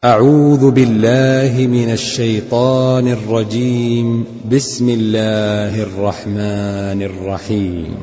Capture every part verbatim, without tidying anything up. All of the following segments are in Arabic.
أعوذ بالله من الشيطان الرجيم. بسم الله الرحمن الرحيم.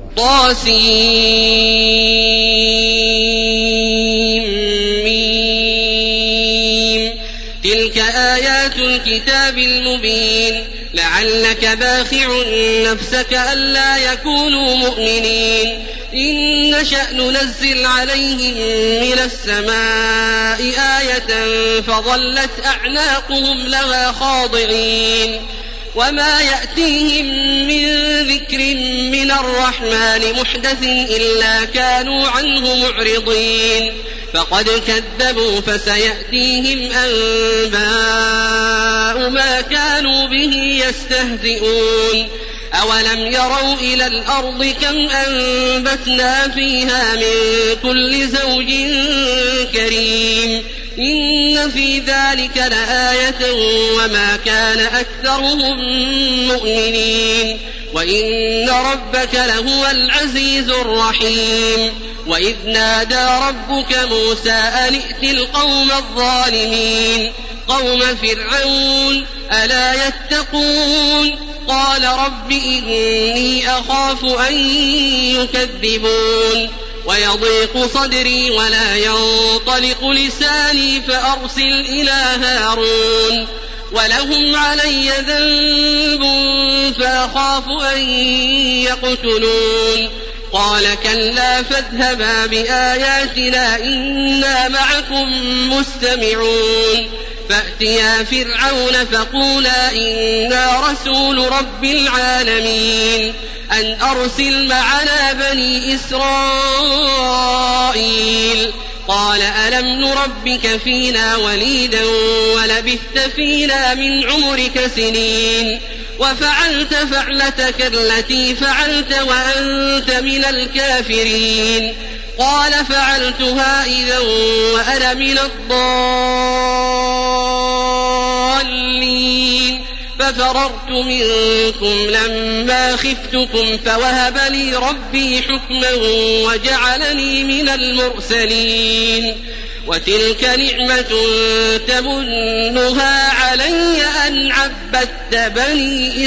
طاسيم. تلك آيات الكتاب المبين. لعلك باخع نفسك ألا يكونوا مؤمنين إن نشأ ننزل عليهم من السماء آية فظلت أعناقهم لها خاضعين وما يأتيهم من ذكر من الرحمن محدث إلا كانوا عنه معرضين فقد كذبوا فسيأتيهم أنباء ما كانوا به يستهزئون أولم يروا إلى الأرض كم أنبتنا فيها من كل زوج كريم إن في ذلك لآية وما كان أكثرهم مؤمنين وإن ربك لهو العزيز الرحيم وإذ نادى ربك موسى أن ائت القوم الظالمين قوم فرعون ألا يتقون قال رب إني أخاف أن يكذبون ويضيق صدري ولا ينطلق لساني فأرسل إلى هارون ولهم علي ذنب فأخاف أن يقتلون قال كلا فاذهبا بآياتنا إنا معكم مستمعون فأتيا فرعون فقولا إنا رسول رب العالمين أن أرسل معنا بني إسرائيل قال ألم نربك فينا وليدا ولبثت فينا من عمرك سنين وفعلت فعلتك التي فعلت وأنت من الكافرين قال فعلتها إذا وأنا من الضالين ففررت منكم لما خفتكم فوهب لي ربي حكما وجعلني من المرسلين وتلك نعمة تمنها علي أن عبدت بني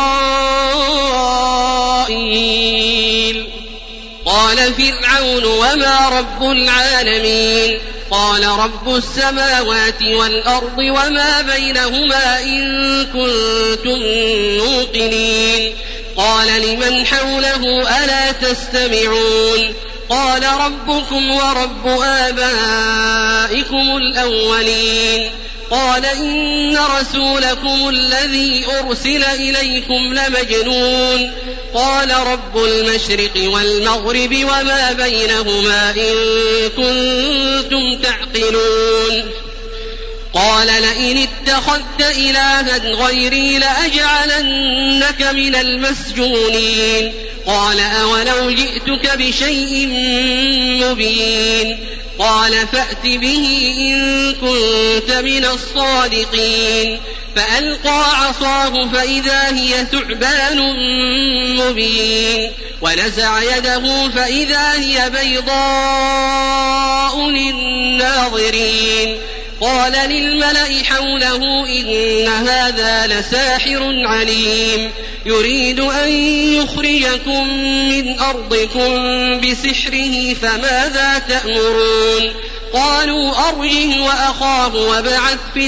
إسرائيل قال فرعون وما رب العالمين قال رب السماوات والأرض وما بينهما إن كنتم موقنين قال لمن حوله ألا تستمعون قال ربكم ورب آبائكم الأولين قال إن رسولكم الذي أرسل إليكم لمجنون قال رب المشرق والمغرب وما بينهما إن كنتم تعقلون قال لئن اتخذت إلها غيري لأجعلنك من المسجونين قال أولو جئتك بشيء مبين قال فأت به إن كنت من الصادقين فألقى عصاه فإذا هي ثعبان مبين ونزع يده فإذا هي بيضاء للناظرين قال للملأ حوله إن هذا لساحر عليم يريد أن يخرجكم من أرضكم بسحره فماذا تأمرون قالوا أرجه وأخاه وابعث في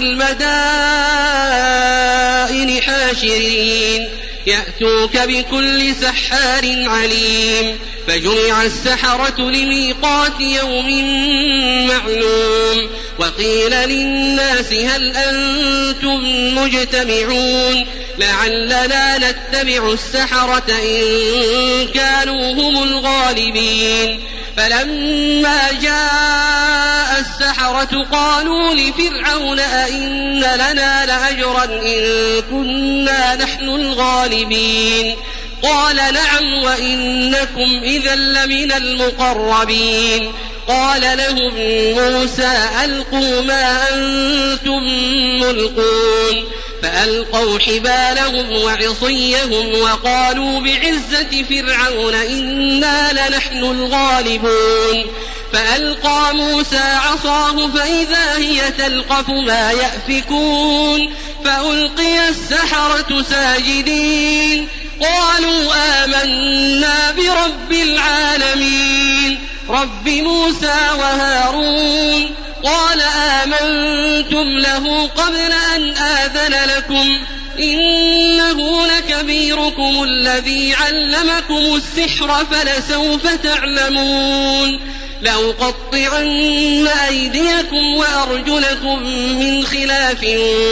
المدائن حاشرين يأتوك بكل سحار عليم فجمع السحرة لميقات يوم معلوم وقيل للناس هل أنتم مجتمعون لعلنا نتبع السحرة إن كانوا هم الغالبين فلما جاء السحرة قالوا لفرعون أئن لنا لأجرا إن كنا نحن الغالبين قال نعم وإنكم إذا لمن المقربين قال لهم موسى ألقوا ما أنتم ملقون فألقوا حبالهم وعصيهم وقالوا بعزة فرعون إنا لنحن الغالبون فألقى موسى عصاه فإذا هي تلقف ما يأفكون فألقي السحرة ساجدين قالوا آمنا برب العالمين رب موسى وهارون قال آمنتم له قبل أن آذن لكم إنه لكبيركم الذي علمكم السحر فلسوف تعلمون لأقطعن أيديكم وأرجلكم من خلاف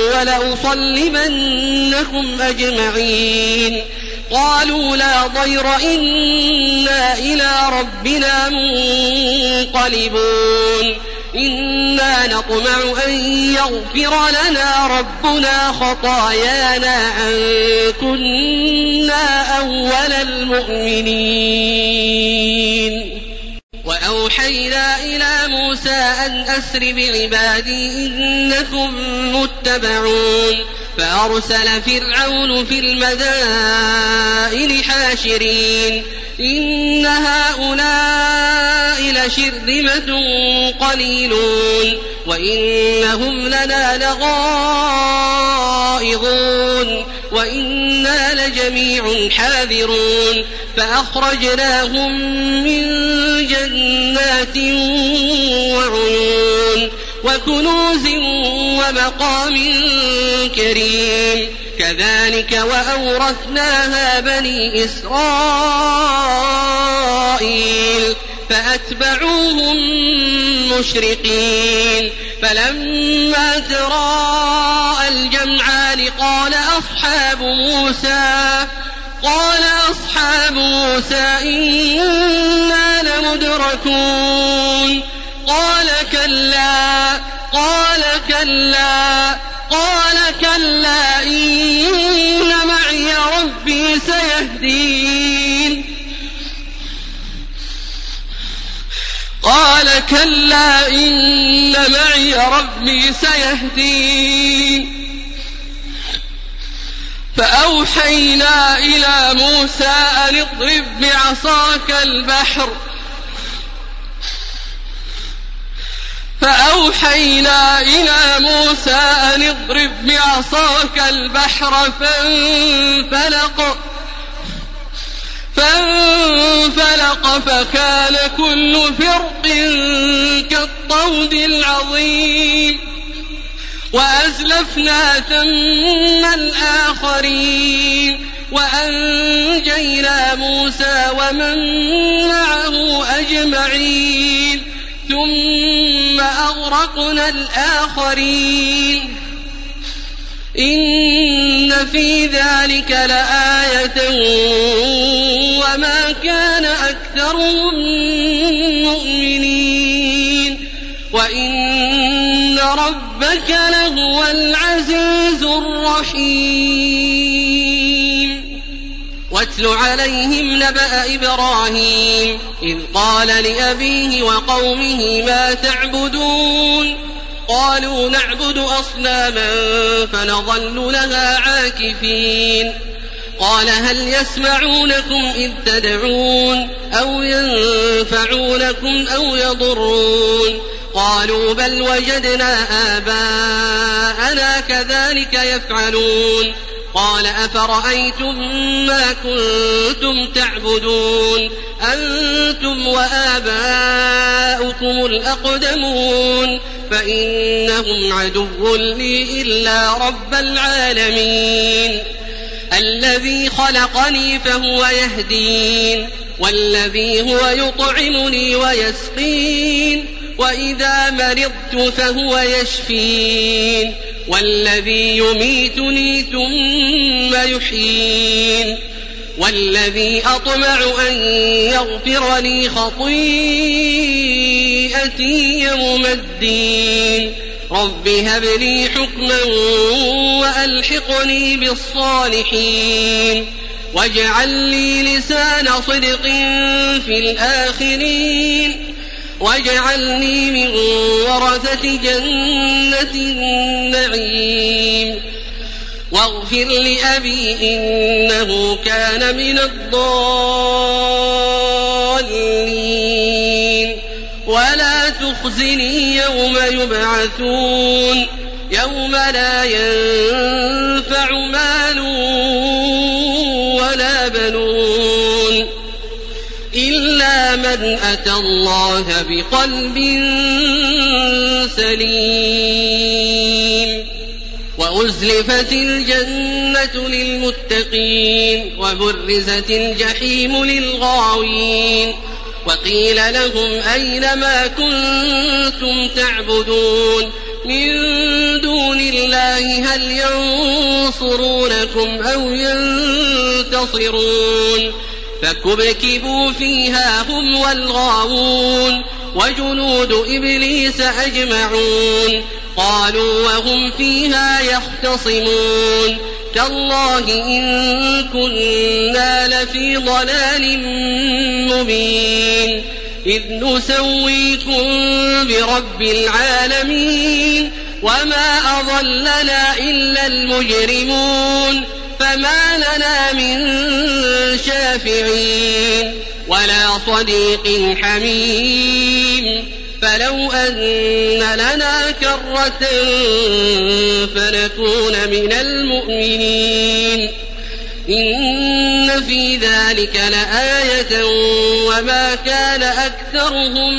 ولأصلبنكم أجمعين قالوا لا ضير إنا إلى ربنا منقلبون إنا نطمع أن يغفر لنا ربنا خطايانا أن كنا أول المؤمنين وأوحينا إلى موسى أن أسر بعبادي إنكم متبعون فأرسل فرعون في المدائن حاشرين إن هؤلاء لشرذمة قليلون وإنهم لنا لغائظون وإنا لجميع حاذرون فأخرجناهم من جنات وعيون وكنوز ومقام كريم كذلك وأورثناها بني إسرائيل فأتبعوهم مشرقين فلما تراءى الجمعان قال أصحاب موسى قال أصحاب موسى إنا لمدركون قال كلا قال كلا قال كلا إن معي ربي سيهدين قال كلا إن معي ربي سيهدين فأوحينا إلى موسى أن اضرب بعصاك البحر فأوحينا إلى موسى أن اضرب بعصاك البحر فانفلق فانفلق فكان كل فرق كالطود العظيم وأزلفنا ثم الآخرين وأنجينا موسى ومن معه أجمعين ثم أغرقنا الآخرين إن في ذلك لآية وما كان أكثرهم مؤمنين وإن ربك لهو العزيز الرحيم واتل عليهم نبأ إبراهيم إذ قال لأبيه وقومه ما تعبدون قالوا نعبد أصناما فنظل لها عاكفين قال هل يسمعونكم إذ تدعون أو ينفعونكم أو يضرون قالوا بل وجدنا آباءنا كذلك يفعلون قال أفرأيتم ما كنتم تعبدون أنتم وآباؤكم الأقدمون فإنهم عدو لي إلا رب العالمين الذي خلقني فهو يهدين والذي هو يطعمني ويسقين وإذا مرضت فهو يشفين والذي يميتني ثم يحيين والذي أطمع أن يغفر لي خطيئتي يوم الدين رب هب لي حكما وألحقني بالصالحين واجعل لي لسان صدق في الآخرين واجعلني من ورثة جنة النعيم واغفر لأبي إنه كان من الضالين ولا تخزني يوم يبعثون يوم لا ينفع مال ولا بنون إلا من أتى الله بقلب سليم وأزلفت الجنة للمتقين وبرزت الجحيم للغاوين وقيل لهم أين ما كنتم تعبدون من دون الله هل ينصرونكم أو ينتصرون فكبكبوا فيها هم والغاوون وجنود إبليس أجمعون قالوا وهم فيها يختصمون تالله إن كنا لفي ضلال مبين إذ نسويكم برب العالمين وما أضلنا إلا المجرمون فما لنا من شافعين ولا صديق حميم فلو أن لنا كرة فنكون من المؤمنين إن في ذلك لآية وما كان أكثرهم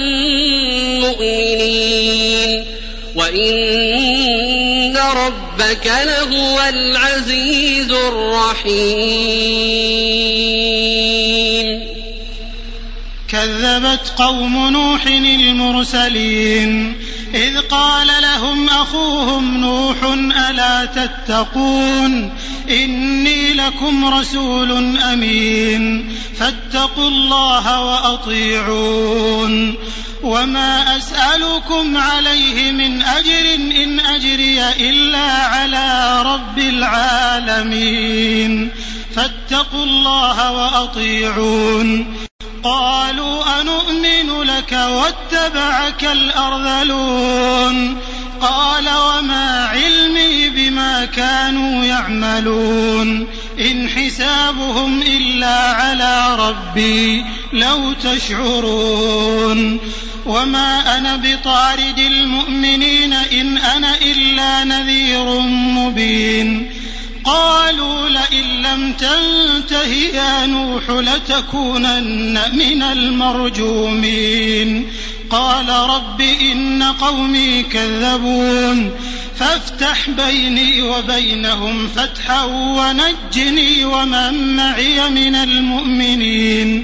مؤمنين وإن ربك لهو العزيز الرحيم. كذبت قوم نوح المرسلين إذ قال لهم أخوهم نوح ألا تتقون إني لكم رسول أمين فاتقوا الله وأطيعون وما أسألكم عليه من أجر إن أجري إلا على رب العالمين فاتقوا الله وأطيعون. قالوا أنؤمن لك واتبعك الأرذلون قال وما علمي بما كانوا يعملون إن حسابهم إلا على ربي لو تشعرون وما أنا بطارد المؤمنين إن أنا إلا نذير مبين. قالوا لئن لم تنته يا نوح لتكونن من المرجومين قال رب إن قومي كذبون فافتح بيني وبينهم فتحا ونجني ومن معي من المؤمنين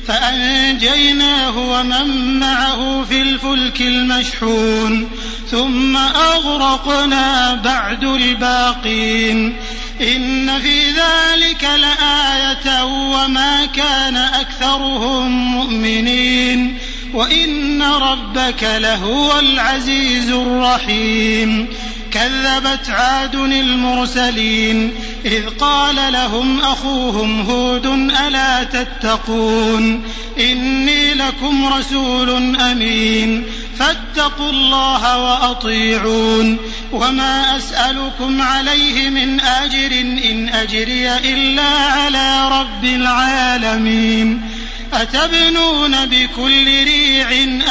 فأنجيناه ومن معه في الفلك المشحون ثم أغرقنا بعد الباقين إن في ذلك لآية وما كان أكثرهم مؤمنين وإن ربك لهو العزيز الرحيم. كذبت عاد المرسلين إذ قال لهم أخوهم هود ألا تتقون إني لكم رسول أمين فاتقوا الله وأطيعون وما أسألكم عليه من أجر إن أجري إلا على رب العالمين أتبنون بكل ريع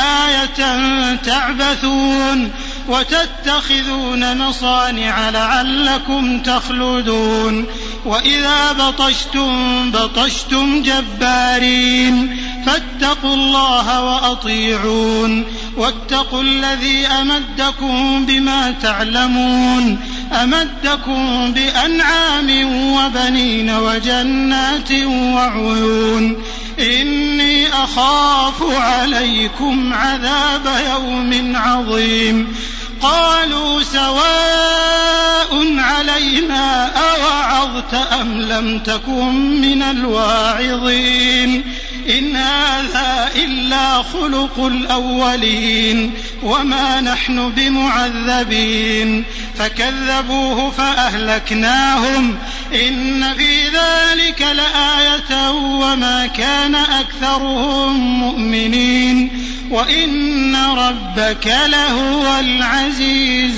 آية تعبثون وتتخذون مصانع لعلكم تخلدون وإذا بطشتم بطشتم جبارين فاتقوا الله وأطيعون واتقوا الذي أمدكم بما تعلمون أمدكم بأنعام وبنين وجنات وعيون إني أخاف عليكم عذاب يوم عظيم. قالوا سواء علينا أوعظت أم لم تكن من الواعظين إن هذا إلا خلق الأولين وما نحن بمعذبين فكذبوه فأهلكناهم إن في ذلك لآية وما كان أكثرهم مؤمنين وإن ربك لهو العزيز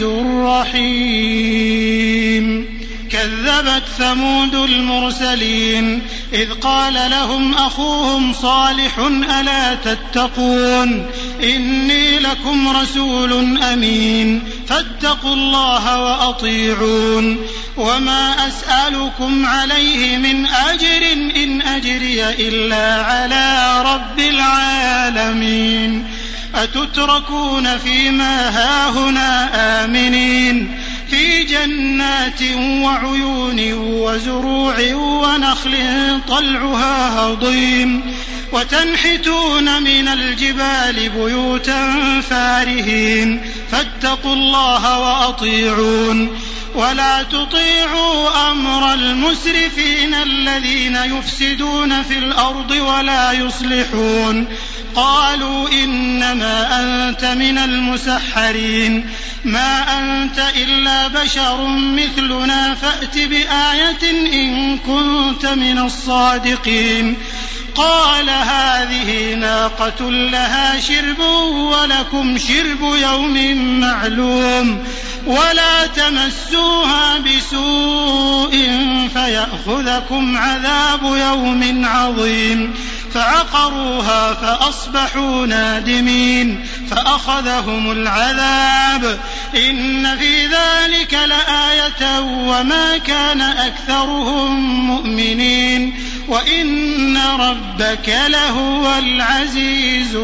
الرحيم. كذبت ثمود المرسلين إذ قال لهم أخوهم صالح ألا تتقون إني لكم رسول أمين فاتقوا الله وأطيعون وما أسألكم عليه من أجر إن أجري إلا على رب العالمين أتتركون فيما هاهنا آمنين في جنات وعيون وزروع ونخل طلعها هضيم وتنحتون من الجبال بيوتا فارهين فاتقوا الله وأطيعون ولا تطيعوا أمر المسرفين الذين يفسدون في الأرض ولا يصلحون قالوا إنما أنت من المسحرين ما أنت إلا بشر مثلنا فأت بآية إن كنت من الصادقين قال هذه ناقة لها شرب ولكم شرب يوم معلوم ولا تمسوها بسوء فيأخذكم عذاب يوم عظيم فعقروها فأصبحوا نادمين فأخذهم العذاب إن في ذلك لآية وما كان أكثرهم مؤمنين وإن ربك لهو العزيز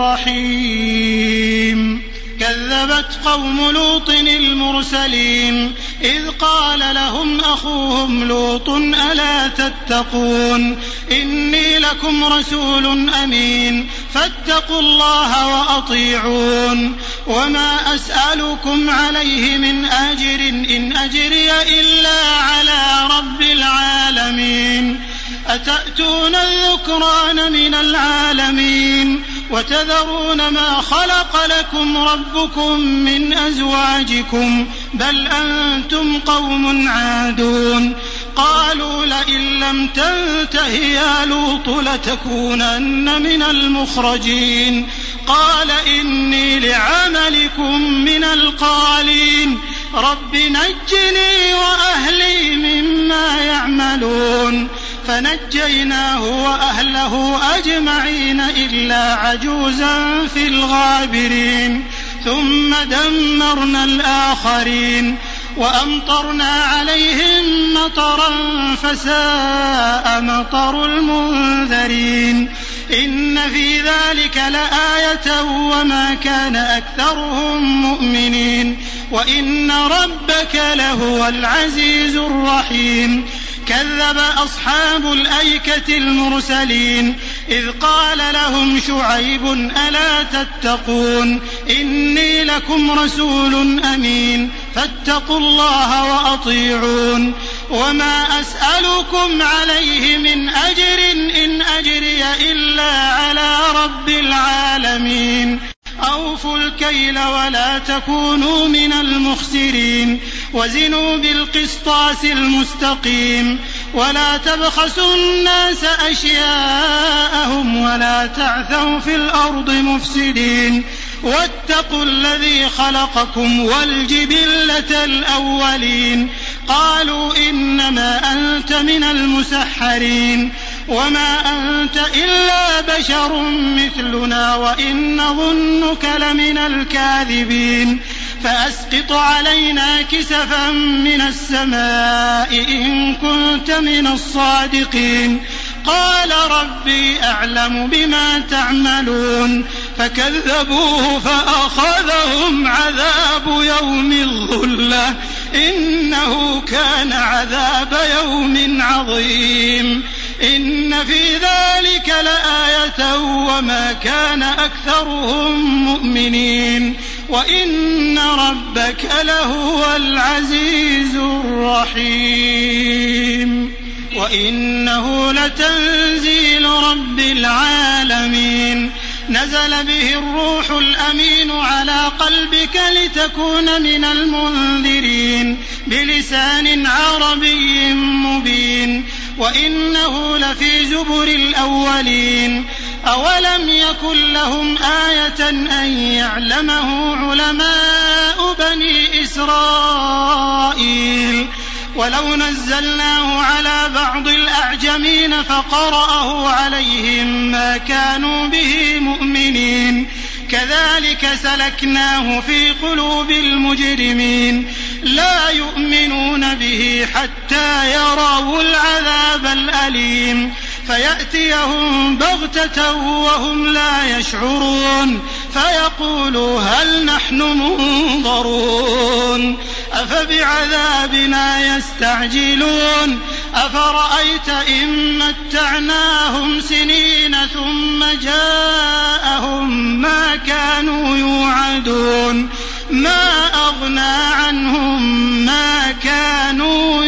الرحيم كذبت قوم لوط المرسلين إذ قال لهم أخوهم لوط ألا تتقون إني لكم رسول أمين فاتقوا الله وأطيعون وما أسألكم عليه من أجر إن أجري إلا على رب العالمين أتأتون الذكران من العالمين وتذرون ما خلق لكم ربكم من أزواجكم بل أنتم قوم عادون قالوا لئن لم تنته يا لوط لتكونن من المخرجين قال إني لعملكم من القالين رب نجني وأهلي مما يعملون فنجيناه وأهله أجمعين إلا عجوزا في الغابرين ثم دمرنا الآخرين وأمطرنا عليهم مطرا فساء مطر المنذرين إن في ذلك لآية وما كان أكثرهم مؤمنين وإن ربك لهو العزيز الرحيم كذب أصحاب الأيكة المرسلين إذ قال لهم شعيب ألا تتقون إني لكم رسول أمين فاتقوا الله وأطيعون وما أسألكم عليه من أجر إن أجري إلا على رب العالمين أوفوا الكيل ولا تكونوا من المخسرين وزنوا بالقسطاس المستقيم ولا تبخسوا الناس أشياءهم ولا تعثوا في الأرض مفسدين واتقوا الذي خلقكم والجبلة الأولين قالوا إنما أنت من المسحرين وما أنت إلا بشر مثلنا وإن ظنك لمن الكاذبين فأسقط علينا كسفا من السماء إن كنت من الصادقين قال ربي أعلم بما تعملون فكذبوه فأخذهم عذاب يوم الظلة إنه كان عذاب يوم عظيم إن في ذلك لآية وما كان أكثرهم مؤمنين وإن ربك لهو العزيز الرحيم وإنه لتنزيل رب العالمين نزل به الروح الأمين على قلبك لتكون من المنذرين بلسان عربي مبين وإنه لفي زبر الأولين أولم يكن لهم آية أن يعلمه علماء بني إسرائيل ولو نزلناه على بعض الأعجمين فقرأه عليهم ما كانوا به مؤمنين كذلك سلكناه في قلوب المجرمين لا يؤمنون به حتى يروا العذاب الأليم فيأتيهم بغتة وهم لا يشعرون فيقولوا هل نحن منظرون أفبعذابنا يستعجلون أفرأيت إن متعناهم سنين ثم جاءهم ما كانوا يوعدون ما أغنى عنهم ما كانوا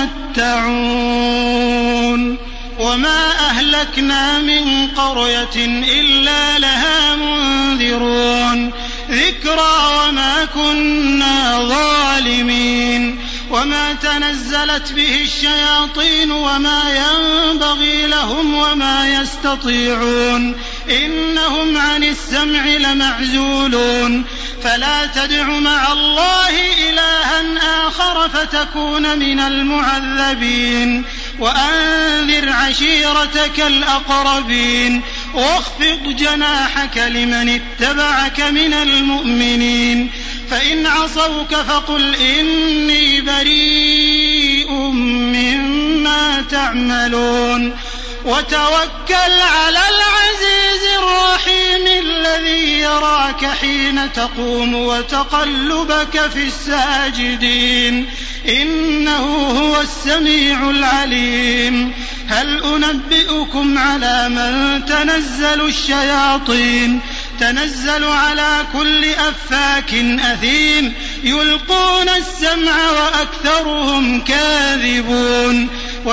يمتعون وما أهلكنا من قرية إلا لها منذرون ذكرى وما كنا ظالمين وما تنزلت به الشياطين وما ينبغي لهم وما يستطيعون إنهم عن السمع لمعزولون فلا تدع مع الله إلها آخر فتكون من المعذبين وأنذر عشيرتك الأقربين واخفض جناحك لمن اتبعك من المؤمنين فإن عصوك فقل إني بريء مما تعملون وتوكل على العزيز الرحيم الذي يراك حين تقوم وتقلبك في الساجدين إنه هو السميع العليم هل أنبئكم على من تنزل الشياطين تنزل على كل أفاك أثيم يلقون السمع وأكثرهم كاذبون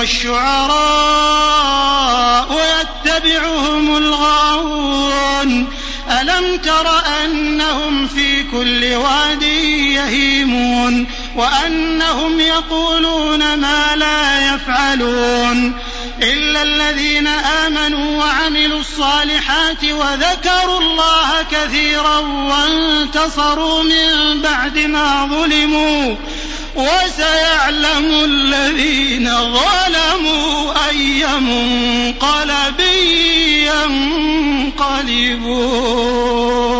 والشعراء يتبعهم الغاوون ألم تر أنهم في كل واد يهيمون وأنهم يقولون ما لا يفعلون إلا الذين آمنوا وعملوا الصالحات وذكروا الله كثيرا وانتصروا من بعد ما ظلموا وسيعلم الذين ظلموا أي منقلب ينقلبون.